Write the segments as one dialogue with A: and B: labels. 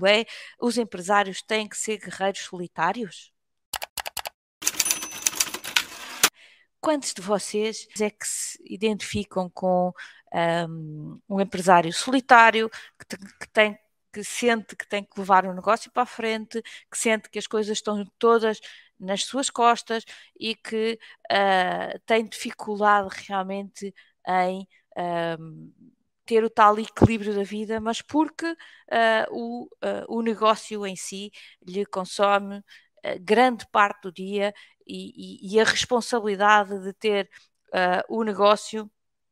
A: futuro é os empresários têm que ser guerreiros solitários? Quantos de vocês é que se identificam com um empresário solitário que sente que tem que levar o negócio para a frente, que sente que as coisas estão todas nas suas costas e que tem dificuldade realmente em ter o tal equilíbrio da vida, mas porque o negócio em si lhe consome grande parte do dia e a responsabilidade de ter o negócio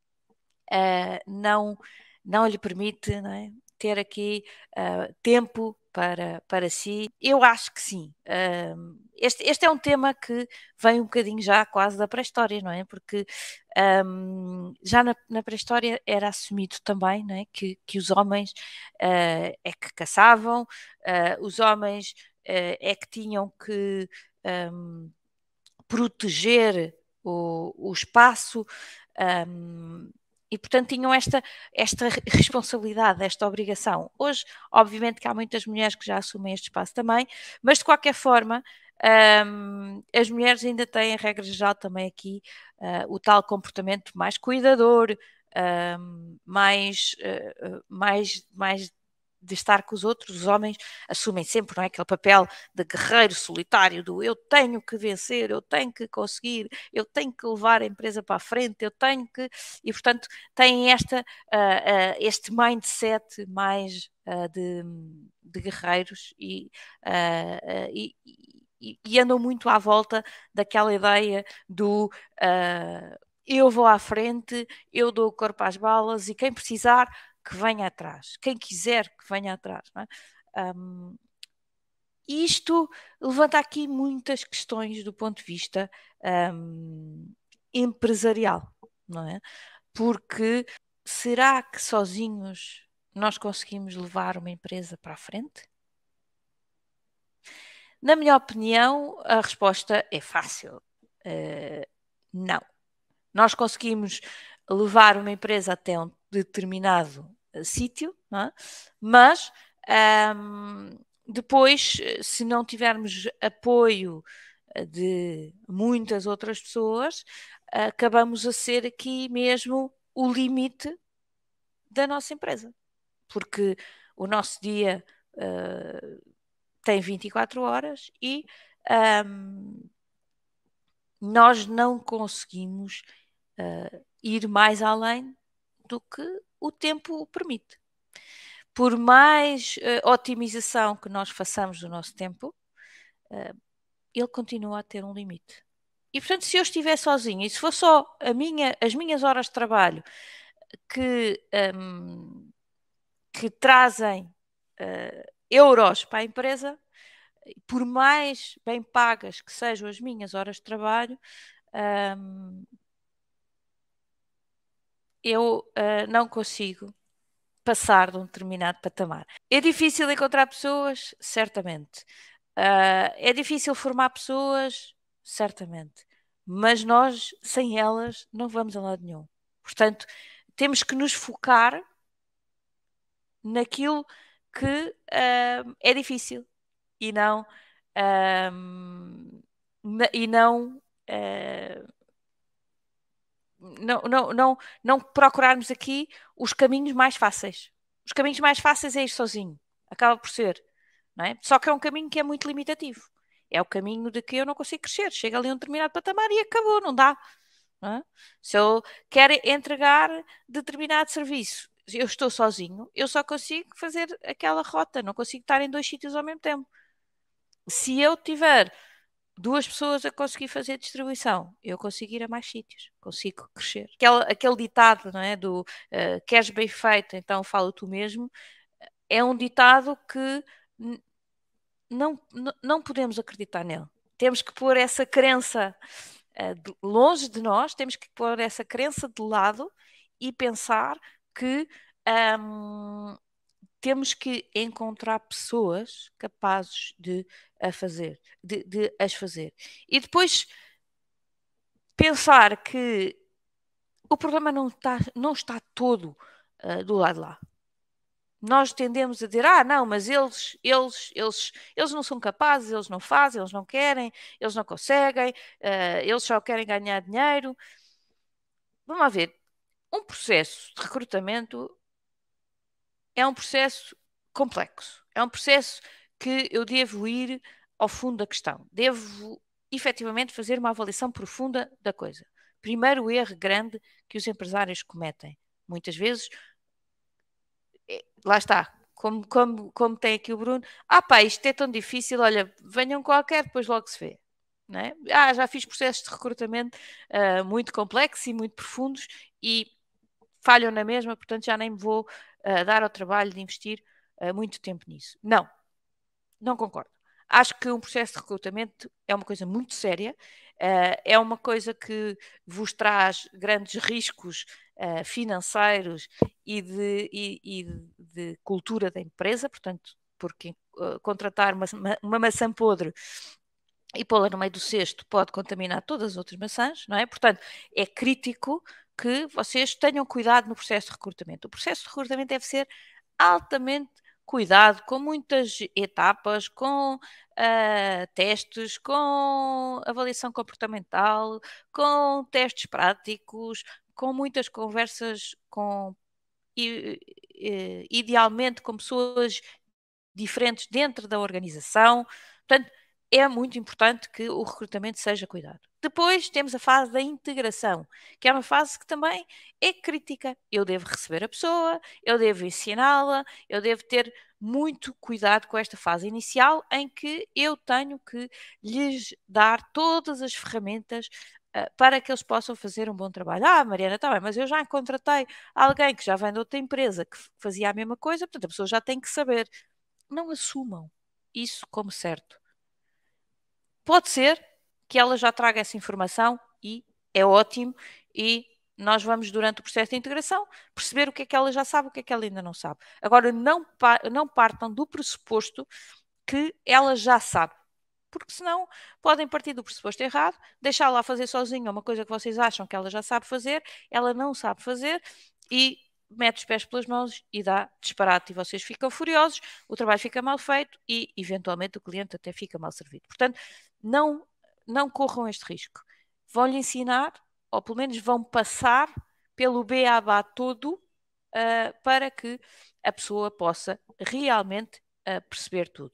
A: não lhe permite, não é, ter aqui tempo para si. Eu acho que sim. Este é um tema que vem um bocadinho já quase da pré-história, não é? Porque já na pré-história era assumido também, não é? Que os homens é que caçavam, os homens é que tinham que proteger o espaço, e portanto tinham esta responsabilidade, esta obrigação. Hoje, obviamente que há muitas mulheres que já assumem este espaço também, mas de qualquer forma, as mulheres ainda têm, regra geral, também aqui o tal comportamento mais cuidador, mais de estar com os outros. Os homens assumem sempre, não é, aquele papel de guerreiro solitário, do eu tenho que vencer, eu tenho que conseguir, eu tenho que levar a empresa para a frente, eu tenho que... E, portanto, têm este mindset mais de guerreiros e andam muito à volta daquela ideia do eu vou à frente, eu dou o corpo às balas e quem precisar que venha atrás, quem quiser que venha atrás. Não é? Isto levanta aqui muitas questões do ponto de vista empresarial, não é? Porque será que sozinhos nós conseguimos levar uma empresa para a frente? Na minha opinião, a resposta é fácil. Não. Nós conseguimos levar uma empresa até um determinado sítio, não é? Mas depois, se não tivermos apoio de muitas outras pessoas, acabamos a ser aqui mesmo o limite da nossa empresa. Porque o nosso dia tem 24 horas e nós não conseguimos ir mais além do que o tempo permite. Por mais otimização que nós façamos do nosso tempo, ele continua a ter um limite. E, portanto, se eu estiver sozinha e se for só as minhas horas de trabalho que trazem euros para a empresa, por mais bem pagas que sejam as minhas horas de trabalho, eu não consigo passar de um determinado patamar. É difícil encontrar pessoas? Certamente. É difícil formar pessoas? Certamente. Mas nós, sem elas, não vamos a lado nenhum. Portanto, temos que nos focar naquilo que é difícil e não e não procurarmos aqui os caminhos mais fáceis. Os caminhos mais fáceis é ir sozinho. Acaba por ser. Não é? Só que é um caminho que é muito limitativo. É o caminho de que eu não consigo crescer. Chega ali a um determinado patamar e acabou, não dá. Não é? Se eu quero entregar determinado serviço, eu estou sozinho, eu só consigo fazer aquela rota, não consigo estar em dois sítios ao mesmo tempo. Se eu tiver duas pessoas a conseguir fazer distribuição, eu consigo ir a mais sítios, consigo crescer. Aquele ditado, não é, do queres bem feito, então fala tu mesmo, é um ditado que não podemos acreditar nele. Temos que pôr essa crença longe de nós, temos que pôr essa crença de lado e pensar que temos que encontrar pessoas capazes de as fazer. E depois pensar que o problema não está todo do lado de lá. Nós tendemos a dizer, não, mas eles não são capazes, eles não fazem, eles não querem, eles não conseguem, eles só querem ganhar dinheiro. Vamos lá ver. Um processo de recrutamento é um processo complexo. É um processo que eu devo ir ao fundo da questão. Devo efetivamente fazer uma avaliação profunda da coisa. Primeiro erro grande que os empresários cometem. Muitas vezes, lá está, como tem aqui o Bruno, pá, isto é tão difícil, olha, venham qualquer, depois logo se vê. Não é? Já fiz processos de recrutamento muito complexos e muito profundos e falham na mesma, portanto já nem me vou dar ao trabalho de investir muito tempo nisso. Não concordo. Acho que um processo de recrutamento é uma coisa muito séria, é uma coisa que vos traz grandes riscos financeiros e de cultura da empresa, portanto, porque contratar uma maçã podre e pô-la no meio do cesto pode contaminar todas as outras maçãs, não é? Portanto, é crítico que vocês tenham cuidado no processo de recrutamento. O processo de recrutamento deve ser altamente cuidado, com muitas etapas, com testes, com avaliação comportamental, com testes práticos, com muitas conversas idealmente com pessoas diferentes dentro da organização. Portanto, é muito importante que o recrutamento seja cuidado. Depois temos a fase da integração, que é uma fase que também é crítica. Eu devo receber a pessoa, eu devo ensiná-la, eu devo ter muito cuidado com esta fase inicial em que eu tenho que lhes dar todas as ferramentas para que eles possam fazer um bom trabalho. Mariana, está bem, mas eu já contratei alguém que já vem de outra empresa que fazia a mesma coisa, portanto a pessoa já tem que saber. Não assumam isso como certo. Pode ser que ela já traga essa informação e é ótimo e nós vamos, durante o processo de integração, perceber o que é que ela já sabe, o que é que ela ainda não sabe. Agora, não partam do pressuposto que ela já sabe, porque senão podem partir do pressuposto errado, deixá-la fazer sozinha uma coisa que vocês acham que ela já sabe fazer, ela não sabe fazer e mete os pés pelas mãos e dá disparate e vocês ficam furiosos, o trabalho fica mal feito e eventualmente o cliente até fica mal servido. Portanto, não corram este risco. Vão-lhe ensinar, ou pelo menos vão passar pelo beabá todo para que a pessoa possa realmente perceber tudo.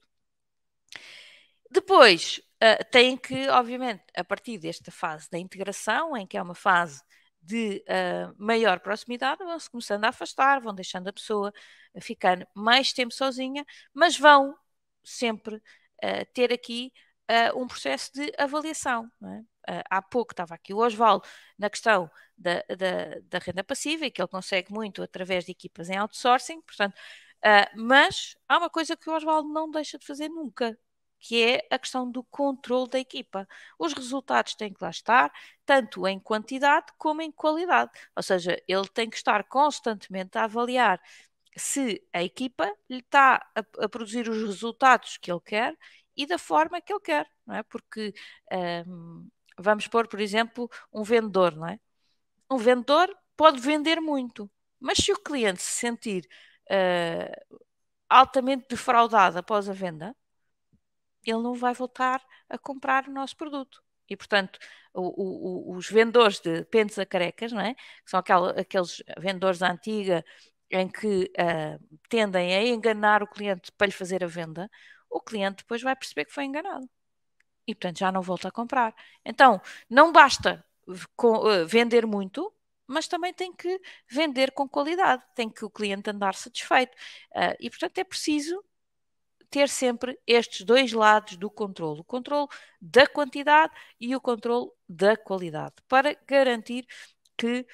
A: Depois, têm que, obviamente, a partir desta fase da integração, em que é uma fase de maior proximidade, vão-se começando a afastar, vão deixando a pessoa ficar mais tempo sozinha, mas vão sempre ter aqui um processo de avaliação. Não é? Há pouco estava aqui o Osvaldo na questão da renda passiva e que ele consegue muito através de equipas em outsourcing, portanto, mas há uma coisa que o Osvaldo não deixa de fazer nunca, que é a questão do controle da equipa. Os resultados têm que lá estar, tanto em quantidade como em qualidade. Ou seja, ele tem que estar constantemente a avaliar se a equipa lhe está a produzir os resultados que ele quer e da forma que ele quer, não é? Porque vamos pôr, por exemplo, um vendedor, não é? Um vendedor pode vender muito, mas se o cliente se sentir altamente defraudado após a venda, ele não vai voltar a comprar o nosso produto. E, portanto, os vendedores de pentes a carecas, não é? Que são aqueles vendedores à antiga em que tendem a enganar o cliente para lhe fazer a venda, o cliente depois vai perceber que foi enganado. E, portanto, já não volta a comprar. Então, não basta vender muito, mas também tem que vender com qualidade. Tem que o cliente andar satisfeito. E, portanto, é preciso ter sempre estes dois lados do controle, o controle da quantidade e o controle da qualidade, para garantir que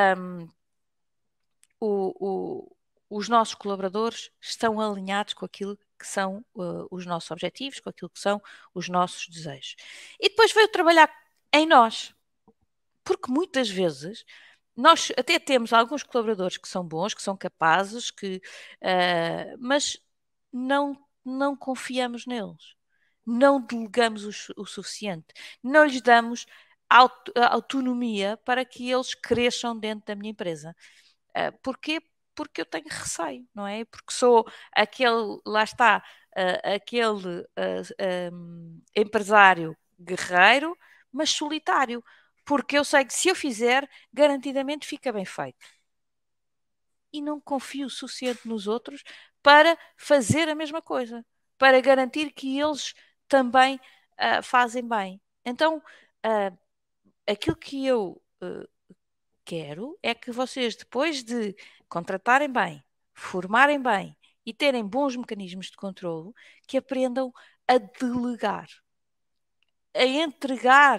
A: os nossos colaboradores estão alinhados com aquilo que são os nossos objetivos, com aquilo que são os nossos desejos. E depois veio trabalhar em nós, porque muitas vezes nós até temos alguns colaboradores que são bons, que são capazes, mas não confiamos neles, não delegamos o suficiente, não lhes damos autonomia para que eles cresçam dentro da minha empresa. Porquê? porque eu tenho receio, não é? Porque sou aquele, lá está, aquele empresário guerreiro, mas solitário, porque eu sei que se eu fizer, garantidamente fica bem feito. E não confio o suficiente nos outros para fazer a mesma coisa, para garantir que eles também fazem bem. Então, aquilo que eu quero é que vocês, depois de contratarem bem, formarem bem e terem bons mecanismos de controlo, que aprendam a delegar, a entregar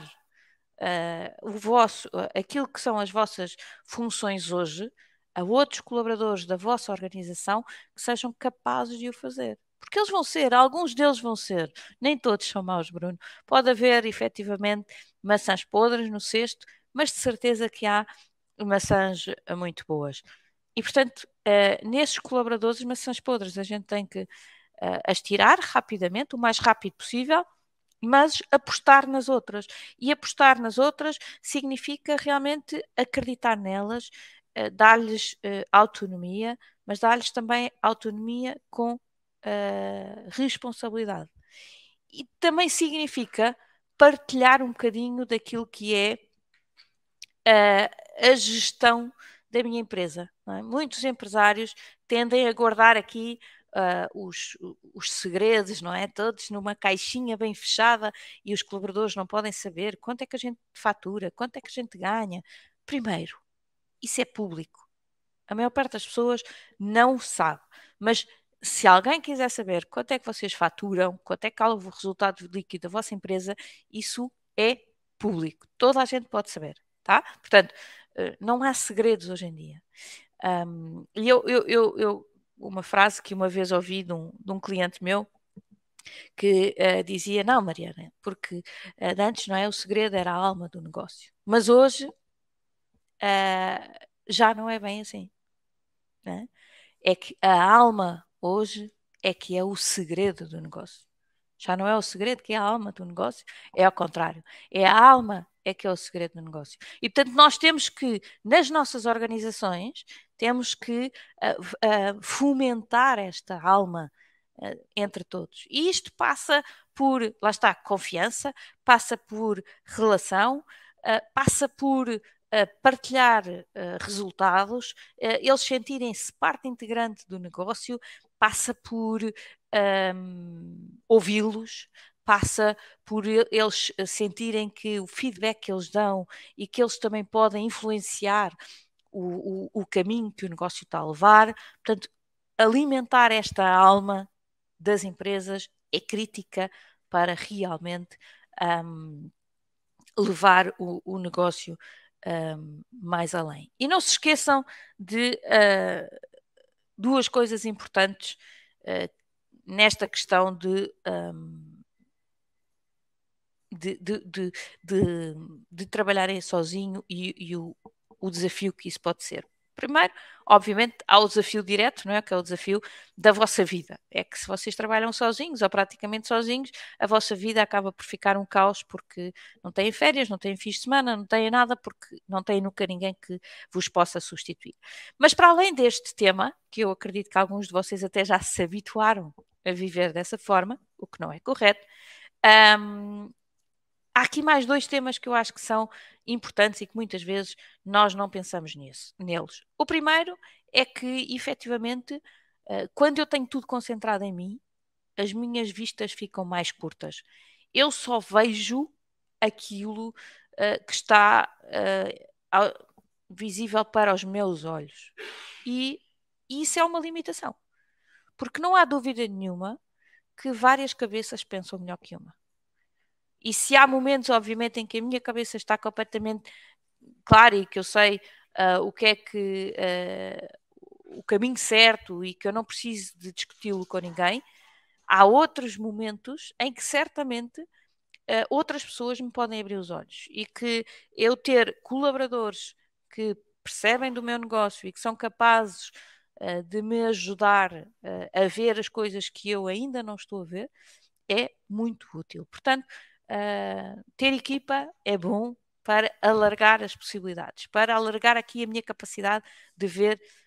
A: aquilo que são as vossas funções hoje a outros colaboradores da vossa organização que sejam capazes de o fazer. Porque eles vão ser, alguns deles vão ser, nem todos são maus, Bruno. Pode haver, efetivamente, maçãs podres no cesto, mas de certeza que há maçãs muito boas. E, portanto, nesses colaboradores, as maçãs podres, a gente tem que as tirar rapidamente, o mais rápido possível, mas apostar nas outras. E apostar nas outras significa realmente acreditar nelas, dar-lhes autonomia, mas dar-lhes também autonomia com responsabilidade. E também significa partilhar um bocadinho daquilo que é a gestão da minha empresa. Não é? Muitos empresários tendem a guardar aqui os segredos, não é? Todos numa caixinha bem fechada e os colaboradores não podem saber quanto é que a gente fatura, quanto é que a gente ganha. Primeiro, isso é público. A maior parte das pessoas não sabe. Mas se alguém quiser saber quanto é que vocês faturam, quanto é que é o resultado líquido da vossa empresa, isso é público. Toda a gente pode saber, tá? Portanto, não há segredos hoje em dia. E uma frase que uma vez ouvi de um cliente meu que dizia, não, Mariana, porque antes, não é, o segredo era a alma do negócio. Mas hoje já não é bem assim, né? É que a alma hoje é que é o segredo do negócio. Já não é o segredo que é a alma do negócio, é ao contrário. É a alma é que é o segredo do negócio. E, portanto, nós temos que, nas nossas organizações, temos que fomentar esta alma entre todos. E isto passa por, lá está, confiança, passa por relação, passa por partilhar resultados, eles sentirem-se parte integrante do negócio, passa por ouvi-los, passa por eles sentirem que o feedback que eles dão e que eles também podem influenciar o caminho que o negócio está a levar. Portanto, alimentar esta alma das empresas é crítica para realmente levar o negócio mais além. E não se esqueçam de duas coisas importantes nesta questão de trabalharem sozinho e o desafio que isso pode ser. Primeiro, obviamente, há o desafio direto, não é? Que é o desafio da vossa vida. É que se vocês trabalham sozinhos ou praticamente sozinhos, a vossa vida acaba por ficar um caos porque não têm férias, não têm fins de semana, não têm nada, porque não têm nunca ninguém que vos possa substituir. Mas para além deste tema, que eu acredito que alguns de vocês até já se habituaram a viver dessa forma, o que não é correto, há aqui mais dois temas que eu acho que são importantes e que muitas vezes nós não pensamos neles. O primeiro é que, efetivamente, quando eu tenho tudo concentrado em mim, as minhas vistas ficam mais curtas. Eu só vejo aquilo que está visível para os meus olhos. E isso é uma limitação. Porque não há dúvida nenhuma que várias cabeças pensam melhor que uma. E se há momentos, obviamente, em que a minha cabeça está completamente clara e que eu sei o que é que o caminho certo e que eu não preciso de discuti-lo com ninguém, há outros momentos em que certamente outras pessoas me podem abrir os olhos e que eu ter colaboradores que percebem do meu negócio e que são capazes de me ajudar a ver as coisas que eu ainda não estou a ver é muito útil. Portanto, ter equipa é bom para alargar as possibilidades, para alargar aqui a minha capacidade de ver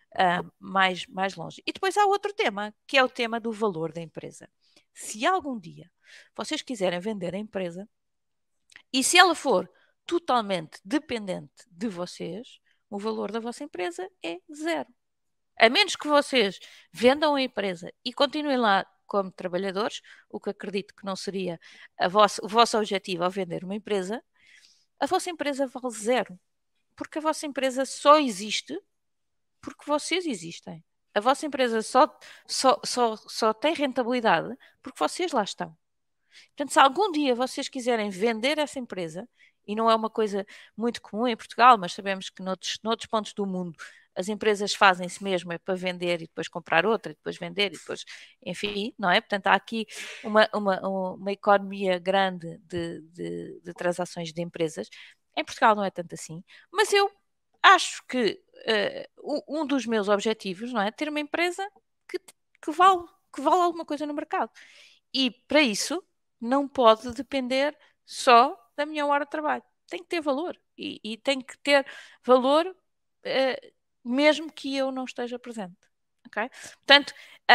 A: mais longe. E depois há outro tema, que é o tema do valor da empresa. Se algum dia vocês quiserem vender a empresa, e se ela for totalmente dependente de vocês, o valor da vossa empresa é zero. A menos que vocês vendam a empresa e continuem lá como trabalhadores, o que acredito que não seria o vosso objetivo ao vender uma empresa, a vossa empresa vale zero. Porque a vossa empresa só existe porque vocês existem. A vossa empresa só tem rentabilidade porque vocês lá estão. Portanto, se algum dia vocês quiserem vender essa empresa, e não é uma coisa muito comum em Portugal, mas sabemos que noutros pontos do mundo as empresas fazem-se mesmo é para vender e depois comprar outra, e depois vender e depois, enfim, não é? Portanto, há aqui uma economia grande de transações de empresas. Em Portugal não é tanto assim, mas eu acho que um dos meus objetivos, não é? Ter uma empresa que, que vale alguma coisa no mercado. E para isso não pode depender só da minha hora de trabalho. Tem que ter valor. E tem que ter valor mesmo que eu não esteja presente. Ok? Portanto,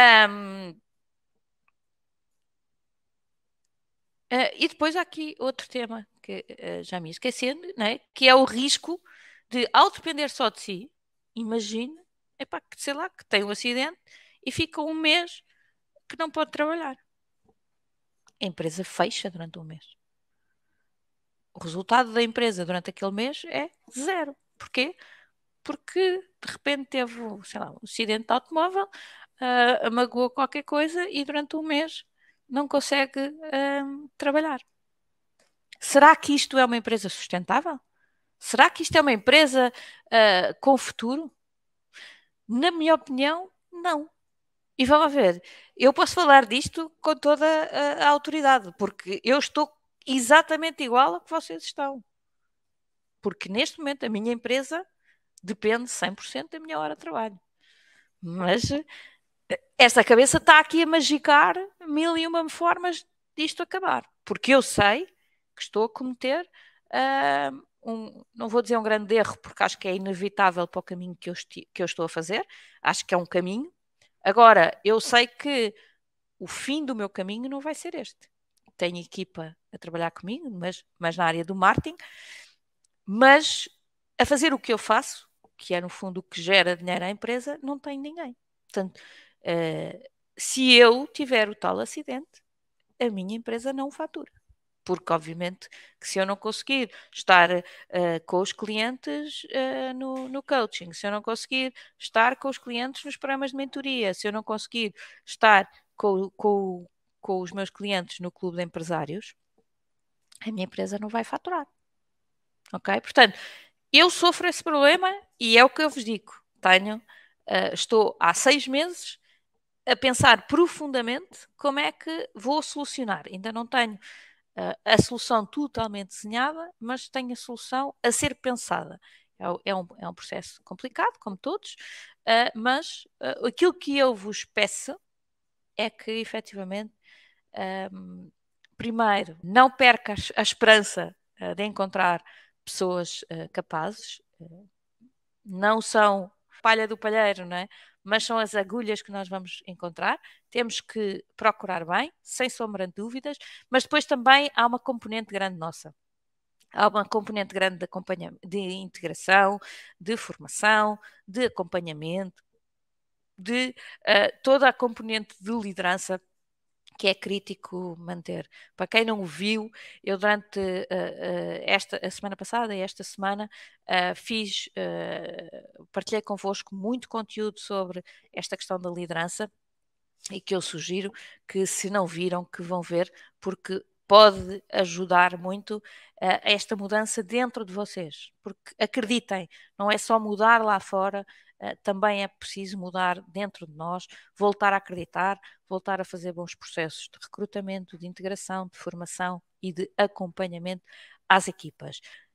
A: e depois há aqui outro tema que já me esquecendo, né? Que é o risco de, ao depender só de si, imagine, epá, que, sei lá, que tem um acidente e fica um mês que não pode trabalhar. A empresa fecha durante um mês. O resultado da empresa durante aquele mês é zero. Porquê? Porque de repente teve, sei lá, um acidente de automóvel, magoou qualquer coisa e durante um mês não consegue trabalhar. Será que isto é uma empresa sustentável? Será que isto é uma empresa com futuro? Na minha opinião, não. E vamos ver, eu posso falar disto com toda a autoridade, porque eu estou exatamente igual a que vocês estão. Porque neste momento a minha empresa depende 100% da minha hora de trabalho. Mas esta cabeça está aqui a magicar mil e uma formas disto acabar. Porque eu sei que estou a cometer não vou dizer um grande erro, porque acho que é inevitável para o caminho que eu estou a fazer. Acho que é um caminho. Agora, eu sei que o fim do meu caminho não vai ser este. Tenho equipa a trabalhar comigo, mas na área do marketing, mas a fazer o que eu faço, que é no fundo o que gera dinheiro à empresa, não tenho ninguém. Portanto, se eu tiver o tal acidente, a minha empresa não fatura. Porque, obviamente, que se eu não conseguir estar com os clientes no coaching, se eu não conseguir estar com os clientes nos programas de mentoria, se eu não conseguir estar com os meus clientes no clube de empresários, a minha empresa não vai faturar. Ok? Portanto, eu sofro esse problema e é o que eu vos digo. Estou há 6 meses a pensar profundamente como é que vou solucionar. Ainda não tenho a solução totalmente desenhada, mas tenho a solução a ser pensada. É um processo complicado, como todos, mas aquilo que eu vos peço é que, efetivamente, primeiro, não perca a esperança de encontrar pessoas capazes. Não são palha do palheiro, não é? Mas são as agulhas que nós vamos encontrar. Temos que procurar bem, sem sombra de dúvidas, mas depois também há uma componente grande nossa. Há uma componente grande de integração, de formação, de acompanhamento, de toda a componente de liderança que é crítico manter. Para quem não o viu, eu durante a semana passada e esta semana partilhei convosco muito conteúdo sobre esta questão da liderança e que eu sugiro que, se não viram, que vão ver, porque pode ajudar muito a esta mudança dentro de vocês. Porque acreditem, não é só mudar lá fora, também é preciso mudar dentro de nós, voltar a acreditar, voltar a fazer bons processos de recrutamento, de integração, de formação e de acompanhamento às equipas.